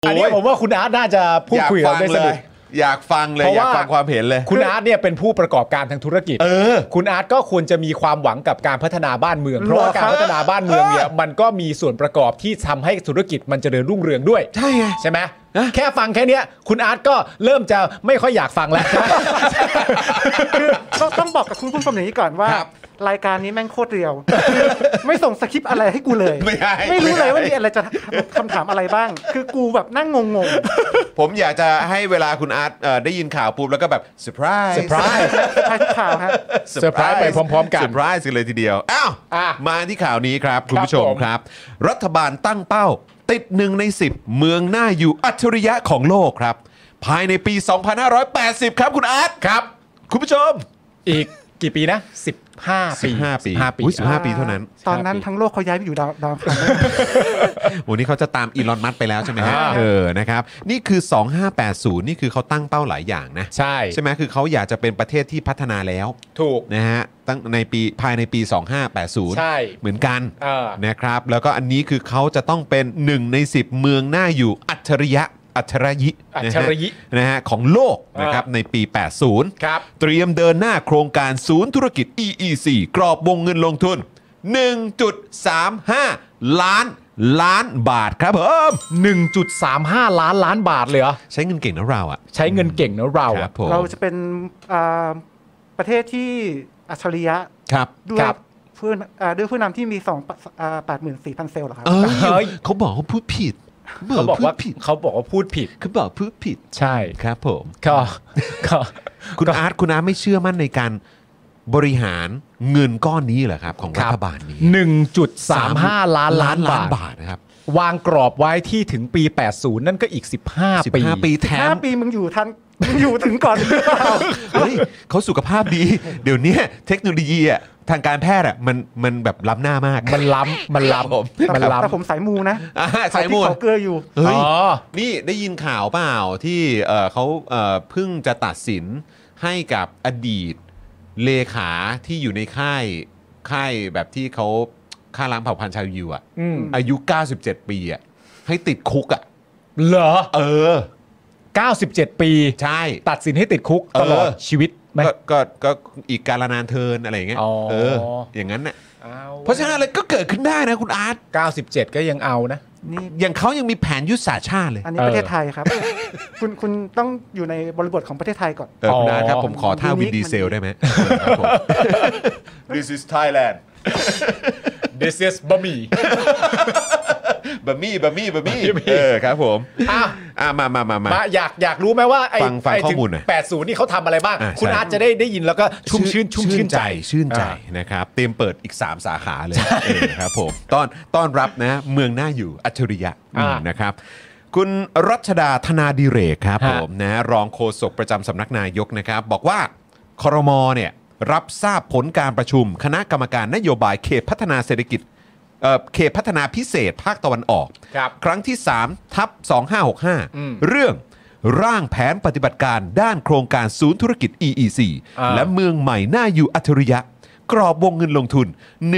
อันนี้ผมว่าคุณอาร์ตน่าจะพูดคุยกับเราได้สนุกอยากฟังเลยอยากฟังความเห็นเลยคุณอาร์ตเนี่ยเป็นผู้ประกอบการทางธุรกิจคุณอาร์ตก็ควรจะมีความหวังกับการพัฒนาบ้านเมืองเพราะว่าการพัฒนาบ้านเมืองเนี่ยมันก็มีส่วนประกอบที่ทำให้ธุรกิจมันเจริญรุ่งเรืองด้วยใช่ไงใช่ไหมแค่ฟังแค่นี้คุณอาร์ตก็เริ่มจะไม่ค่อยอยากฟังแล้วคือต้องบอกกับคุณผู้ชมอย่างนี้ก่อนว่ารายการนี้แม่งโคตรเรียวไม่ส่งสคริปต์อะไรให้กูเลยไม่รู้เลยว่ามีอะไรจะคำถามอะไรบ้างคือกูแบบนั่งงงๆผมอยากจะให้เวลาคุณอาร์ตได้ยินข่าวปุ๊บแล้วก็แบบเซอร์ไพรส์ทุกข่าวฮะเซอร์ไพรส์ไปพร้อมๆกันเซอร์ไพรส์เลยทีเดียวอ้าวมาที่ข่าวนี้ครับคุณผู้ชมครับรัฐบาลตั้งเป้าติด1 ใน 10เมืองน่าอยู่อัจฉริยะของโลกครับภายในปี 2580 ครับคุณอาร์ตครับคุณผู้ชมอีกกี่ปีนะ15 ปี 15 ปีเท่านั้นตอนนั้นทั้งโลกเขาย้ายไปอยู่ดาวอังคารวันนี้เขาจะตามอีลอนมัสก์ไปแล้วใช่ไหมฮะนะครับนี่คือ2580นี่คือเขาตั้งเป้าหลายอย่างนะใช่ไหมคือเขาอยากจะเป็นประเทศที่พัฒนาแล้วถูกนะฮะตั้งในปีภายในปี2580 ใช่เหมือนกันนะครับแล้วก็อันนี้คือเขาจะต้องเป็น1 ใน 10เมืองน่าอยู่อัจฉริยะนะฮะของโลกนะครับในปี 80 ครับเตรียมเดินหน้าโครงการศูนย์ธุรกิจ EEC กรอบวงเงินลงทุน 1.35 ล้านบาทครับผม 1.35 ล้านบาทเลยเหรอใช้เงินเก่งนะเราอ่ะใช้เงินเก่งนะเราอ่ะเราจะเป็นประเทศที่อัจฉริยะครับด้วยผู้นำที่มี84,000 เซลล์เหรอครับเขาบอกเขาพูดผิดเขาบอกว่าพูดผิดเขาบอกพูดผิดใช่ครับผมก็คุณอาร์ตไม่เชื่อมั่นในการบริหารเงินก้อนนี้เหรอครับของรัฐบาลนี้ 1.35 ล้านบาทนะครับวางกรอบไว้ที่ถึงปี80นั่นก็อีก15 ปีแถม 15 ปีมึงอยู่ถึงก่อนหรือเปล่าเฮ้ยเขาสุขภาพดีเดี๋ยวนี้เทคโนโลยีอ่ะทางการแพทย์อ่ะมันแบบล้ำหน้ามากมันล้ำแต่ผมสายมูนะสายมูเขาเกลืออยู่นี่ได้ยินข่าวเปล่าที่เขาเพิ่งจะตัดสินให้กับอดีตเลขาที่อยู่ในค่ายแบบที่เขาฆ่าล้างเผ่าพันธุ์ชาวยิวอ่ะอายุ97 ปีอ่ะให้ติดคุกอ่ะเหรอ97 ปีใช่ตัดสินให้ติดคุกตลอดชีวิตไหมก็อีกกาลนานเทินอะไรอย่างเงี้ยอย่างนั้นน่ะเพราะฉะนั้นอะไรก็เกิดขึ้นได้นะคุณอาร์ต 97ก็ยังเอานะนี่อย่างเขายังมีแผนยุทธศาสตร์ชาติเลยอันนี้ประเทศไทยครับคุณต้องอยู่ในบริบทของประเทศไทยก่อนคุณอาร์ตครับผมขอท่าวินดีเซลได้ไหมThis is Thailand This is บะหมี่ครับผมมาอยากรู้ไหมว่าไอ้ถึง80นี่เขาทำอะไรบ้างคุณอาร์ตจะได้ยินแล้วก็ชุ่มชื่นใจนะครับเตรียมเปิดอีก3 สาขาเลยครับผมต้อนรับนะเมืองน่าอยู่อัจฉริยะนะครับคุณรัชดาธนาดิเรกครับผมนะรองโฆษกประจำสำนักนายกนะครับบอกว่าครม.เนี่ยรับทราบผลการประชุมคณะกรรมการนโยบายเขตพัฒนาเศรษฐกิจเขตพัฒนาพิเศษภาคตะวันออกครั้งที่3/2565เรื่องร่างแผนปฏิบัติการด้านโครงการศูนย์ธุรกิจ EEC และเมืองใหม่น่าอยู่อัจฉริยะกรอบวงเงินลงทุน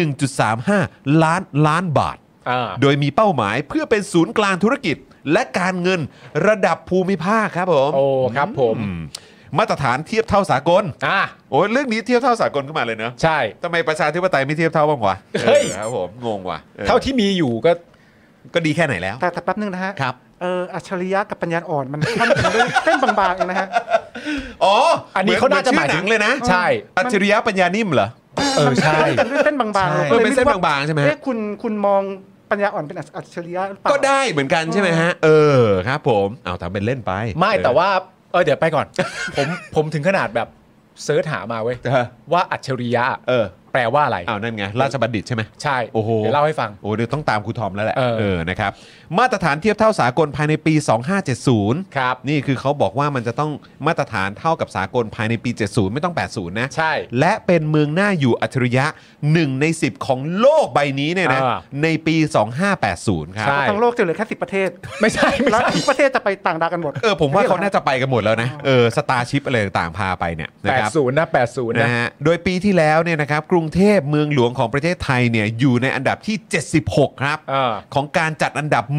1.35 ล้านบาทโดยมีเป้าหมายเพื่อเป็นศูนย์กลางธุรกิจและการเงินระดับภูมิภาคครับผมครับผมมาตรฐานเทียบเท่าสากลโอ้เรื่องนี้เทียบเท่าสากลขึ้นมาเลยเนอะใช่ทำไมประชาธิปไตยไม่เทียบเท่าบ้างวะเฮ้ยครับผมงงว่ะเท่าที่มีอยู่ก็ดีแค่ไหนแล้วแต่แป๊บนึงนะฮะครับอัจฉริยะกับปัญญาอ่อนมันค่อนข้างด้วยเส้นบางๆเองนะฮะอันนี้เขาน่าจะหมายถึงเลยนะใช่อัจฉริยะปัญญานิ่มเหรอใช่ด้วยเส้นบางๆเป็นเส้นบางๆใช่ไหมคุณมองปัญญาอ่อนเป็นอัจฉริยะก็ได้เหมือนกันใช่ไหมฮะครับผมเอาทำเป็นเล่นไปไม่แต่ว่าเดี๋ยวไปก่อนผมถึงขนาดแบบเสิร์ชหามาเว้ยว่าอัจฉริยะแปลว่าอะไรนั่นไงราชบัณฑิตใช่ไหมใช่โอ้โหเดี๋ยวเล่าให้ฟังเดี๋ยวต้องตามครูทอมแล้วแหละนะครับมาตรฐานเทียบเท่าสากลภายในปี2570 ครับนี่คือเขาบอกว่ามันจะต้องมาตรฐานเท่ากับสากลภายในปี70ไม่ต้อง80นะใช่และเป็นเมืองน่าอยู่อัจฉริยะ1 ใน 10ของโลกใบนี้เนี่ยนะในปี2580ครับทั้งโลกจะเหลือแค่10 ประเทศไม่ใช่แล้วประเทศจะไปต่างดาวกันหมดผมว่าเขาน่าจะไปกันหมดแล้วนะสตาร์ชิพอะไรต่างพาไปเนี่ยนะครับ 80 นะฮะโดยปีที่แล้วเนี่ยนะครับกรุงเทพเมืองหลวงของประเทศไทยเนี่ยอยู่ในอันดับที่76ครับของการจัดอันดับเมือง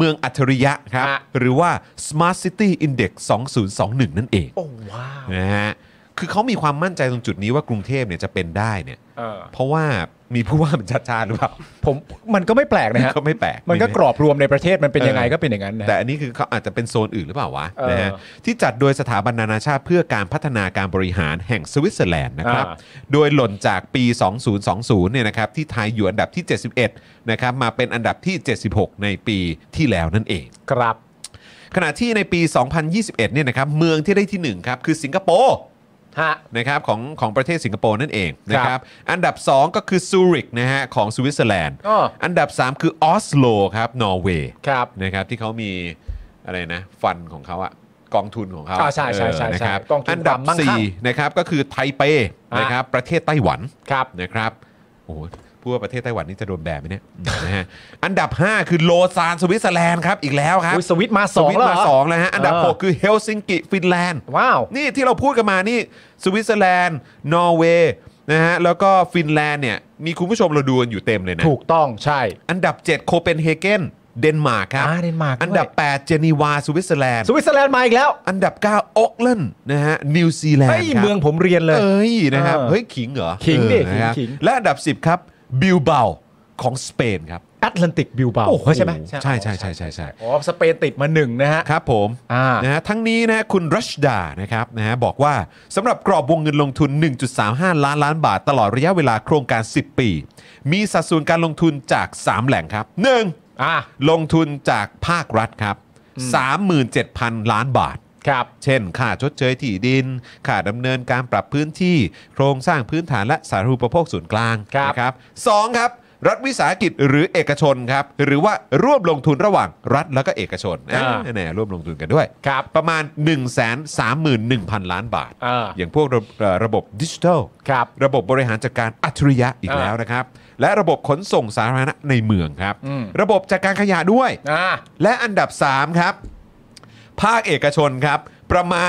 มืองอัจฉริยะครับหรือว่า Smart City Index 2021 นั่นเองโอ้ว้าวนะฮะคือเขามีความมั่นใจตรงจุดนี้ว่ากรุงเทพเนี่ยจะเป็นได้เนี่ยเพราะว่ามีผู้ว่าเป็นชาติหรือเปล่ามันก็ไม่แปลกนะฮะก็ไม่แปลกมันก็กรอบรวมในประเทศมันเป็นยังไงก็เป็นอย่างนั้นนะแต่อันนี้คือเขาอาจจะเป็นโซนอื่นหรือเปล่าวะนะฮะที่จัดโดยสถาบันนานาชาติเพื่อการพัฒนาการบริหารแห่งสวิตเซอร์แลนด์นะครับโดยหล่นจากปี 2020 เนี่ยนะครับที่ไทยอยู่อันดับที่ 71 นะครับมาเป็นอันดับที่ 76 ในปีที่แล้วนั่นเองครับขณะที่ในปี 2021 เนี่ยนะครับเมืองที่ได้ที่1ครับคือสิงคโปร์นะครับของประเทศสิงคโปร์นั่นเองนะครับอันดับ2ก็คือซูริกนะฮะของสวิตเซอร์แลนด์อันดับ3คือออสโลครับนอร์เวย์นะครับที่เขามีอะไรนะฟันของเขาอะกองทุนของเขาใช่นะครับอันดับ4นะครับก็คือไทเปนะครับประเทศไต้หวันนะครับโอ้พูดว่าประเทศไต้หวันนี่จะโดนแบนไหมเนี่ยนะฮะอันดับ5คือโลซานสวิตเซอร์แลนด์ครับอีกแล้วครับสวิตมา2แล้วแล้วฮะอันดับ6คือเฮลซิงกิฟินแลนด์ว้าวนี่ที่เราพูดกันมานี่สวิตเซอร์แลนด์นอร์เวย์นะฮะแล้วก็ฟินแลนด์เนี่ยมีคุณผู้ชมเราดูกันอยู่เต็มเลยนะถูกต้องใช่อันดับ7โคเปนเฮเกนเดนมาร์กครับเดนมาร์กอันดับ8เจนีวาสวิตเซอร์แลนด์มาอีกแล้วอันดับ9โอ๊กแลนด์นะฮะนิวซีแลนด์ครับเมืองผมเรียนเลยนะครับเฮ้ยขิงเหรอขิงดิขิงและอันดับ10ครับบิลเบาของสเปนครับแอตแลนติกบิลเบาใช่ไหมใช่อ๋อสเปนติดมา1นะฮะครับผมนะฮะทั้งนี้นะคุณรัชดานะครับนะฮะบอกว่าสำหรับกรอบวงเงินลงทุน 1.35 ล้านบาทตลอดระยะเวลาโครงการ10 ปีมีสัดส่วนการลงทุนจาก3แหล่งครับ1ลงทุนจากภาครัฐครับ 37,000 ล้านบาทเช่นค่าชดเชยที่ดินค่าดำเนินการปรับพื้นที่โครงสร้างพื้นฐานและสาธารณูปโภคส่วนกลางนะครับ2ครับรัฐวิสาหกิจหรือเอกชนครับหรือว่าร่วมลงทุนระหว่างรัฐแล้วก็เอกชนร่วมลงทุนกันด้วยประมาณ 131,000 ล้านบาทอย่างพวกระบบดิจิทัลระบบบริหารจัดการอัจฉริยะอีกแล้วนะครับและระบบขนส่งสาธารณะในเมืองครับระบบจัดการขยะด้วยและอันดับ3ครับภาคเอกชนครับประมาณ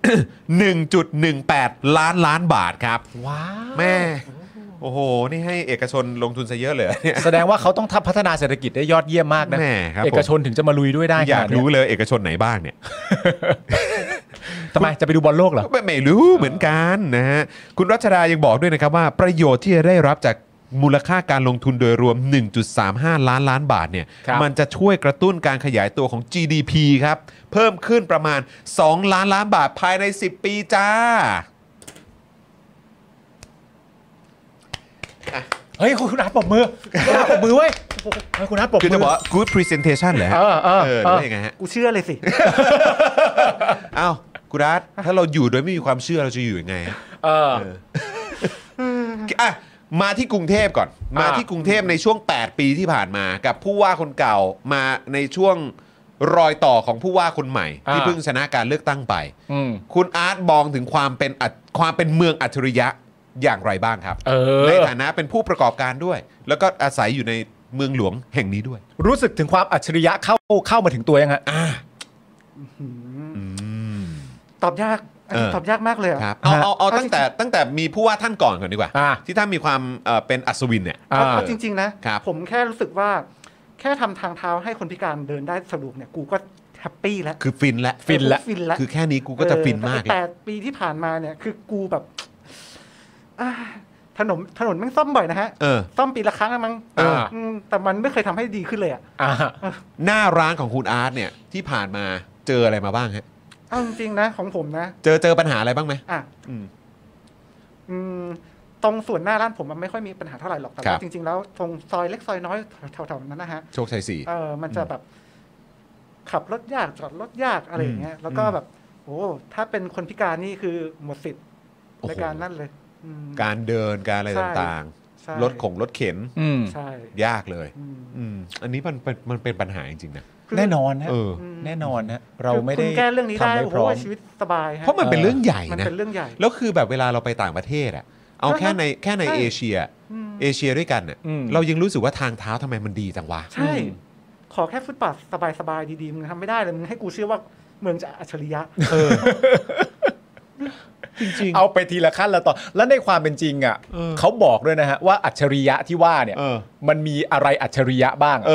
1.18 ล้านบาทครับว้าวแม่โอ้โหนี่ให้เอกชนลงทุนซะเยอะเลยแสดงว่าเขาต้องพัฒนาเศรษฐกิจได้ยอดเยี่ยมมากนะเอกชนถึงจะมาลุยด้วยได้อยากรู้เลยเอกชนไหนบ้างเนี่ยทำไมจะไปดูบอลโลกเหรอไม่รู้เหมือนกันนะฮะคุณรัชดายังบอกด้วยนะครับว่าประโยชน์ที่จะได้รับจากมูลค่าการลงทุนโดยรวม 1.35 ล้านบาทเนี่ยมันจะช่วยกระตุ้นการขยายตัวของ GDP ครับเพิ่มขึ้นประมาณ2 ล้านบาทภายใน10 ปีจ้าเฮ้ยคุณนัทปรบมือเว้ยคุณนัทปรบมือคือจะบอก good presentation เหรอฮะหรือยังไงฮะกูเชื่อเลยสิอ้าวกูนัทถ้าเราอยู่โดยไม่มีความเชื่อเราจะอยู่ยังไงมาที่กรุงเทพก่อนมาที่กรุงเทพในช่วง8ปีที่ผ่านมากับผู้ว่าคนเก่ามาในช่วงรอยต่อของผู้ว่าคนใหม่ที่เพิ่งชนะการเลือกตั้งไปคุณอาร์ตมองถึงความเป็นเมืองอัจฉริยะอย่างไรบ้างครับในฐานะเป็นผู้ประกอบการด้วยแล้วก็อาศัยอยู่ในเมืองหลวงแห่งนี้ด้วยรู้สึกถึงความอัจฉริยะเข้ามาถึงตัวยังฮะตอบยากตอบยากมากเลยครับเอาตั้งแต่มีผู้ว่าท่านก่อนดีกว่าที่ท่านมีความเป็นอัศวินเนี่ยจริงๆนะผมแค่รู้สึกว่าแค่ทำทางเท้าให้คนพิการเดินได้สะดวกเนี่ยกูก็แฮปปี้แล้วคือฟินแล้วคือแค่นี้กูก็จะฟินมากแต่ปีที่ผ่านมาเนี่ยคือกูแบบถนนแม่งซ่อมบ่อยนะฮะซ่อมปีละครั้งมั้งแต่มันไม่เคยทำให้ดีขึ้นเลยหน้าร้านของคุณอาร์ตเนี่ยที่ผ่านมาเจออะไรมาบ้างฮะจริงๆนะของผมนะเจอปัญหาอะไรบ้างไหมตรงส่วนหน้าร้านผมมันไม่ค่อยมีปัญหาเท่าไหร่หรอกแต่ว่าจริงๆแล้วตรงซอยเล็กซอยน้อยแถวๆนั้นนะฮะโชคชัย 4มันจะแบบขับรถยากจอดรถยากอะไรอย่างเงี้ยแล้วก็แบบโอ้ถ้าเป็นคนพิการนี่คือหมดสิทธิ์ในการนั่นเลยการเดินการอะไรต่างๆรถเข็นยากเลยอันนี้มันเป็นปัญหาจริงๆนะแน่นอนฮะแน่นอนฮะเราไม่ได้แก้เรื่องนี้ได้เพราะว่าชีวิตสบายเพราะมันเป็นเรื่องใหญ่นะมันเป็นเรื่องใหญ่แล้วคือแบบเวลาเราไปต่างประเทศอ่ะเอาแค่ในเอเชียด้วยกันเนี่ยเรายังรู้สึกว่าทางเท้าทำไมมันดีจังวะใช่ขอแค่ฟุตบาทสบายๆดีๆมึงทำไม่ได้เลยมึงให้กูเชื่อว่าเมืองจะอัจฉริยะจริงๆเอาไปทีละขั้นละต่อแล้วในความเป็นจริงอ่ะเขาบอกด้วยนะฮะว่าอัจฉริยะที่ว่าเนี่ยมันมีอะไรอัจฉริยะบ้าง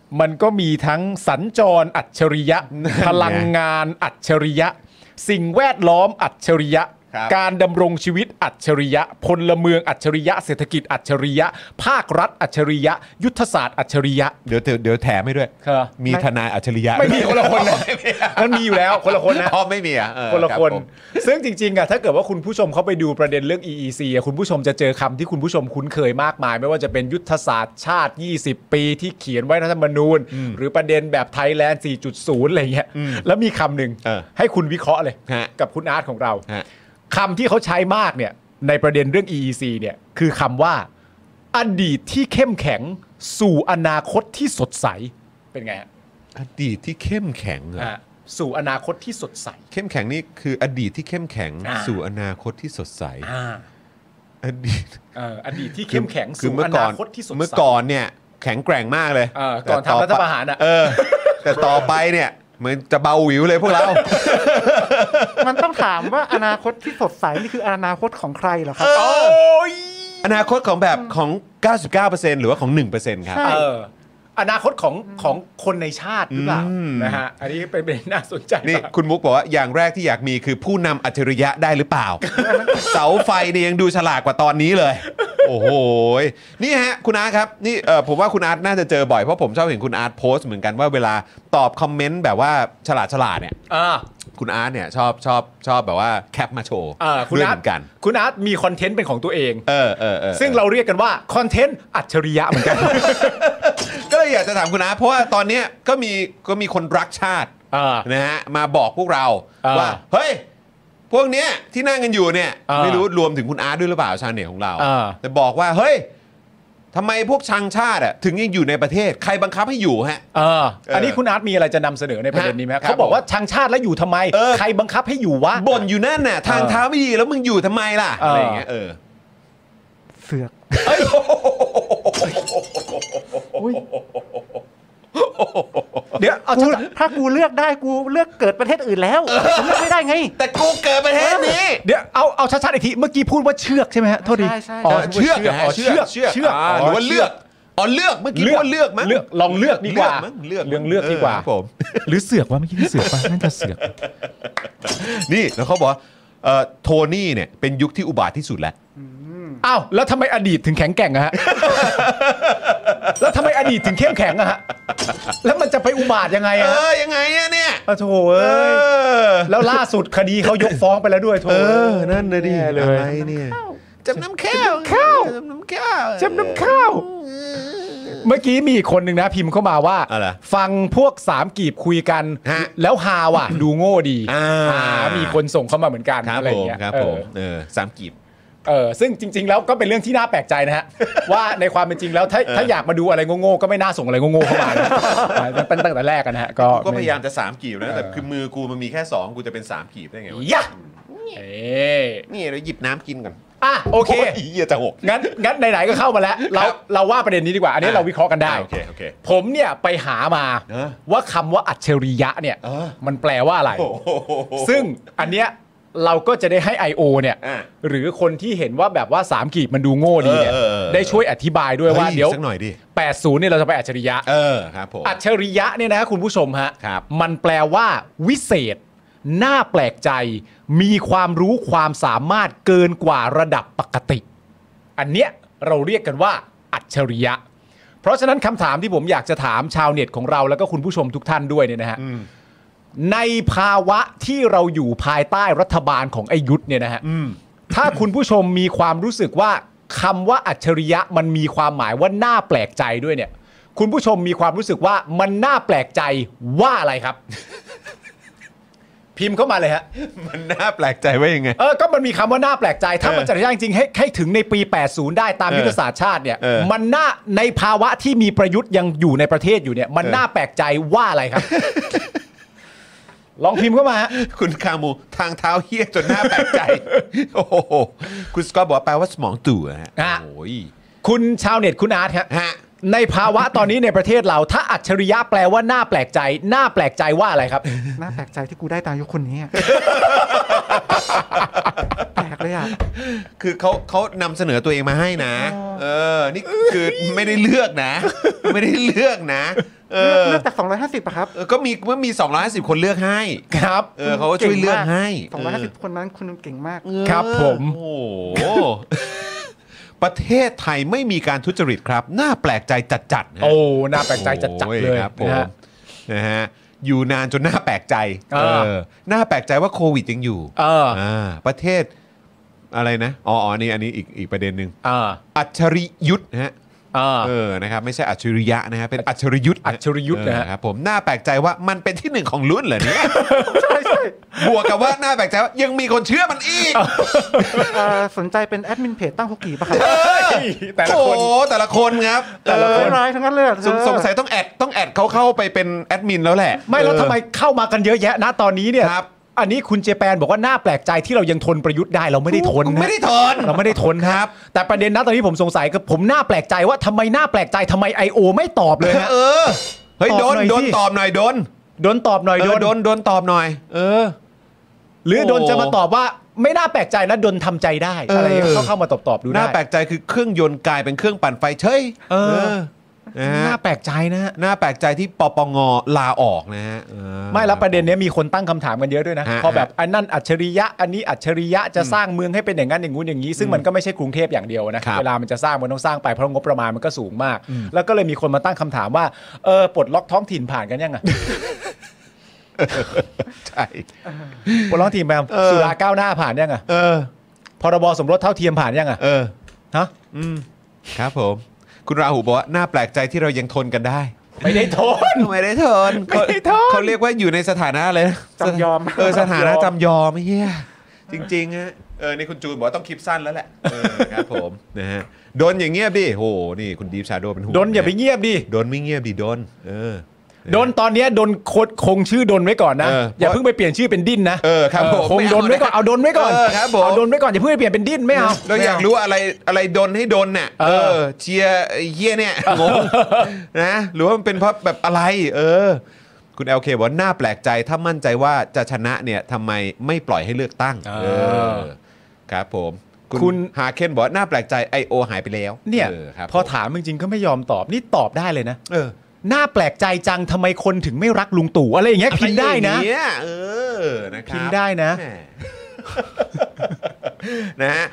มันก็มีทั้งสัญจรอัจฉริยะ พลังงานอัจฉริยะ สิ่งแวดล้อมอัจฉริยะ การดำรงชีวิตอัจฉริยะพลเมืองอัจฉริยะเศรษฐกิจอัจฉริยะภาครัฐอัจฉริยะยุทธศาสตร์อัจฉริยะเดี๋ยวแถมให้ด้วยมีทนายอัจฉริยะไม่มีคนละคนนะมันมีอยู่แล้วคนละคนนะไม่มีคนละคนซึ่งจริงๆอ่ะถ้าเกิดว่าคุณผู้ชมเขาไปดูประเด็นเรื่อง EEC อ่ะคุณผู้ชมจะเจอคำที่คุณผู้ชมคุ้นเคยมากมายไม่ว่าจะเป็นยุทธศาสตร์ชาติ20ปีที่เขียนไว้ในรัฐธรรมนูญหรือประเด็นแบบไทยแลนด์ 4.0 อะไรเงี้ยแล้วมีคำหนึ่งให้คุณวิเคราะห์เลยกับคุณอาร์ตของเราคำที่เขาใช้มากเนี่ยในประเด็นเรื่อง EEC เนี่ยคือคำว่าอดีตที่เข้มแข็งสู่อนาคตที่สดใสเป็นไงอดีตที่เข้มแข็งสู่อนาคตที่สดใสเข้มแข็งนี่คืออดีตที่เข้มแข็งสู่อนาคตที่สดใสอดีตที่เข้มแข็งสู่อนาคตที่สดใสเมื่อก่อนเนี่ยแข็งแกร่งมากเลยก่อนทำรัฐประหารแต่ต่อไปเนี่ยเหมือนจะเบาหวิวเลยพวกเรามันต้องถามว่าอนาคตที่สดใสนี่คืออนาคตของใครเหรอครับอนาคตของแบบของ 99% หรือว่าของ 1% ครับอนาคตของคนในชาติหรือเปล่านะฮะอันนี้เป็นน่าสนใจนี่คุณมุกบอกว่าอย่างแรกที่อยากมีคือผู้นำอัจฉริยะได้หรือเปล่า เสาไฟเนี่ยยังดูฉลาดกว่าตอนนี้เลยโอ้โหนี่ฮะคุณอาร์ตครับนี่ผมว่าคุณอาร์ตน่าจะเจอบ่อยเพราะผมชอบเห็นคุณอาร์ตโพสต์เหมือนกันว่าเวลาตอบคอมเมนต์แบบว่าฉลาดเนี่ยคุณอาร์ตเนี่ยชอบแบบว่าแคปมาโชว์คุณอาร์ตกันคุณอาร์ตมีคอนเทนต์เป็นของตัวเองซึ่งเราเรียกกันว่าคอนเทนต์อัจฉริยะเหมือนกันก็เลยอยากจะถามคุณอาร์ตเพราะว่าตอนนี้ก็มีคนรักชาตินะฮะมาบอกพวกเราว่าเฮ้ยพวกเนี้ยที่นั่งกันอยู่เนี่ยไม่รู้รวมถึงคุณอาร์ตด้วยหรือเปล่าชาวเน็ตของเราแต่บอกว่าเฮ้ยทำไมพวกชังชาติถึงยังอยู่ในประเทศใครบังคับให้อยู่ฮะอันนี้คุณอาร์ตมีอะไรจะนำเสนอในประเด็นนี้ไหมเขาบอกว่าชังชาติแล้วอยู่ทำไมใครบังคับให้อยู่วะบ่นอยู่นั่นน่ะทางเท้าไม่ดีแล้วมึงอยู่ทำไมล่ะอะไรอย่างเงี้ยเสือกเดี๋ยวถ้ากูเลือกได้กูเลือกเกิดประเทศอื่นแล้วผมเลือกไม่ได้ไงแต่กูเกิดประเทศนี้เดี๋ยวเอาชัดๆอีกทีเมื่อกี้พูดว่าเชือกใช่ไหมฮะโทษดีเชือกหรือว่าเลือกเลือกเมื่อกี้ว่าเลือกมั้งลองเลือกดีกว่าเลือกดีกว่าผมหรือเสือกว่าเมื่อกี้เสือกป่ะน่าจะเสือกนี่แล้วเขาบอกโทนี่เนี่ยเป็นยุคที่อุบาทที่สุดแล้วอ้าวแล้วทำไมอดีตถึงแข็งแกร่งอะฮะแล้วทำไมอดีตถึงเข้มแข็งอะฮะแล้วมันจะไปอุบาทยังไงอะยังไงอะเนี่ยโถเอ้ยแล้วล่าสุดคดีเขายกฟ้องไปแล้วด้วยโถนั่นเลยดิอะไรเนี่ยจำน้ำข้าวจำน้ำข้าวเมื่อกี้มีคนหนึ่งนะพิมพ์เข้ามาว่าฟังพวกสามกีบคุยกันแล้วฮาว่ะดูโง่ดีมีคนส่งเข้ามาเหมือนกันอะไรอย่างเงี้ยครับผมสามกีบซึ่งจริงๆแล้วก็เป็นเรื่องที่น่าแปลกใจนะฮะว่าในความเป็นจริงแล้วถ้าอยากมาดูอะไรโง่ๆก็ไม่น่าส่งอะไรโง่ๆเข้ามาตั้งแต่แรกกันนะฮะก็พยายามจะ3กีบนะแต่คือมือกูมันมีแค่2กูจะเป็น3กีบได้ไงวะนี่เราหยิบน้ำกินก่อนโอเคเหี้ยจะหกงั้นไหนๆก็เข้ามาแล้วเราว่าประเด็นนี้ดีกว่าอันนี้เราวิเคราะห์กันได้โอเคผมเนี่ยไปหามาว่าคำว่าอัจฉริยะเนี่ยมันแปลว่าอะไรซึ่งอันเนี้ยเราก็จะได้ให้ I.O. เนี่ยหรือคนที่เห็นว่าแบบว่า3กีบมันดูโง่ดีเนี่ยได้ช่วยอธิบายด้วยว่าเดี๋ยวสักหน่อยดิ 80เนี่ยเราจะไปอัจฉริยะครับผมอัจฉริยะเนี่ยนะคุณผู้ชมฮะมันแปลว่าวิเศษน่าแปลกใจมีความรู้ความสามารถเกินกว่าระดับปกติอันเนี้ยเราเรียกกันว่าอัจฉริยะเพราะฉะนั้นคำถามที่ผมอยากจะถามชาวเน็ตของเราแล้วก็คุณผู้ชมทุกท่านด้วยเนี่ยนะฮะในภาวะที่เราอยู่ภายใต้รัฐบาลของไอ้ยุทธเนี่ยนะฮะถ้าคุณผู้ชมมีความรู้สึกว่าคำว่าอัจฉริยะมันมีความหมายว่าน่าแปลกใจด้วยเนี่ยคุณผู้ชมมีความรู้สึกว่ามันน่าแปลกใจว่าอะไรครับ พิมพ์เข้ามาเลยฮะมันน่าแปลกใจว่ายังไงก็มันมีคำว่าน่าแปลกใจถ้ามันจะได้จริงๆให้ถึงในปี80ได้ตามยุทธศาสตร์ชาติเนี่ยมันน่าในภาวะที่มีประยุทธ์ยังอยู่ในประเทศอยู่เนี่ยมันน่าแปลกใจว่าอะไรครับลองพิมพ์เข้ามาคุณคามูทางเท้าเฮี้ยจนหน้าแปลกใจโอ้โหคุณสกอตบอกว่าแปลว่าสมองตู่ฮะโอ้ยคุณชาวเน็ตคุณอาร์ตฮะในภาวะตอนนี้ในประเทศเราถ้าอัจฉริยะแปลว่าน่าแปลกใจน่าแปลกใจว่าอะไรครับน่าแปลกใจที่กูได้ตามยุคคนนี้แปลกเลยอ่ะคือเขานำเสนอตัวเองมาให้นะ นี่คือไม่ได้เลือกนะ ไม่ได้เลือกนะเลือกจาก250ป่ะครับก็มี250คนเลือกให้ครับเขาก็ช่วยเลือกให้ 250คนนั้นคุณเก่งมากครับผมโอ้โหประเทศไทยไม่มีการทุจริตครับน่าแปลกใจจัดๆนะโอ้น่าแปลกใจจัดๆเลยครับผนะมฮะนะฮะอยู่นานจนน่าแปลกใจ น่าแปลกใจว่าโควิดยังอยู่ ประเทศอะไรนะอ๋อนี่อันนี้อีกประเด็นหนึ่งอัจฉริยุทธ์นะฮะนะครับไม่ใช่อัจฉริยะนะฮะเป็นอัจฉริยุทธ์อัจฉริยุทธ์นะฮะครับผมน่าแปลกใจว่ามันเป็นที่หนึ่งของรุ่นเหรอเนี่ยใช่ใช่บวกกับว่าน่าแปลกใจว่ายังมีคนเชื่อมันอีกสนใจเป็นแอดมินเพจตั้งฮกกี่ป่ะครับแต่ละคนโอ้แต่ละคนครับร้ายทั้งนั้นเลยอะสงสัยต้องแอดเขาเข้าไปเป็นแอดมินแล้วแหละไม่แล้วทำไมเข้ามากันเยอะแยะนะตอนนี้เนี่ยครับอันนี้คุณเจแปนบอกว่าน่าแปลกใจที่เรายังทนประยุทธ์ได้เราไม่ได้ทนนะไม่ได้ทนเราไม่ได้ทนครับ แต่ประเด็นนะตอนนี้ผมสงสัยคือผมน่าแปลกใจว่าทำไมน่าแปลกใจทำไม IO ไม่ตอบเลยฮะเฮ้ยตอบหน่อยโดนสิตอบหน่อยโดนโดนตอบหน่อยโดนตอบหน่อยหรือโดนจะมาตอบว่าไม่น่าแปลกใจนะโดนทำใจได้อะไรเข้ามาตอบดูได้น่าแปลกใจคือเครื่องยนต์กลายเป็นเครื่องปั่นไฟเฉยนะฮะน่าแปลกใจนะฮะน่าแปลกใจที่ปปงลาออกนะฮะไม่แล้วประเด็นเนี้ยมีคนตั้งคำถามกันเยอะด้วยนะฮะพอแบบอันนั้นอัจฉริยะอันนี้อัจฉริยะจะสร้างเมืองให้เป็นอย่างนั้นอย่างงู้นอย่างนี้ซึ่งมันก็ไม่ใช่กรุงเทพอย่างเดียวนะครับ เวลามันจะสร้างมันต้องสร้างไปเพราะงบประมาณมันก็สูงมาก แล้วก็เลยมีคนมาตั้งคำถามว่าปลดล็อกท้องถิ่นผ่านกันยังอ่ะใช่ปลดล็อกท้องถิ่นแบบสุราก้าวหน้าผ่านยังอ่ะพรบสมรสเท่าเทียมผ่านยังอ่ะฮะครับผมคุณราหูบอกว่าน่าแปลกใจที่เรายังทนกันได้ไม่ได้ทนไม่ได้ทนไม่ได้ทนเขาเรียกว่าอยู่ในสถานะอะไรนะจำยอมสถานะจำยอมเฮียจริงๆฮะนี่คุณจูนบอกว่าต้องคลิปสั้นแล้วแหละครับผมนะฮะโดนอย่างเงียบดิโหนี่คุณดีฟชาโดเป็นห่วงโดนอย่าไปเงียบดิโดนไม่เงียบดิโดนโดนตอนเนี้ยโดนคงชื่อโดนไว้ก่อนนะอย่าเพิ่งไปเปลี่ยนชื่อเป็นดิ้นนะครับผมคงโดนไว้ก่อนเอาโดนไว้ก่อนครับผมเอาโดนไว้ก่อนอย่าเพิ่งไปเปลี่ยนเป็นดิ้นไม่เอาเราอยากรู้อะไรโดนให้โดนเนี่ยเชียร์เฮียเนี่ยงงนะหรือว่ามันเป็นเพราะแบบอะไรคุณ LK บอกว่าน่าแปลกใจถ้ามั่นใจว่าจะชนะเนี่ยทำไมไม่ปล่อยให้เลือกตั้งครับผมคุณฮาเคนบอกว่าน่าแปลกใจ IO หายไปแล้วเนี่ยครับพอถามจริงๆก็ไม่ยอมตอบนี่ตอบได้เลยนะน่าน่าแปลกใจจังทำไมคนถึงไม่รักลุงตู่อะไรอย่างเงี้ยพิมพ์ได้นะนะครับพิมพ์ได้นะนะฮะ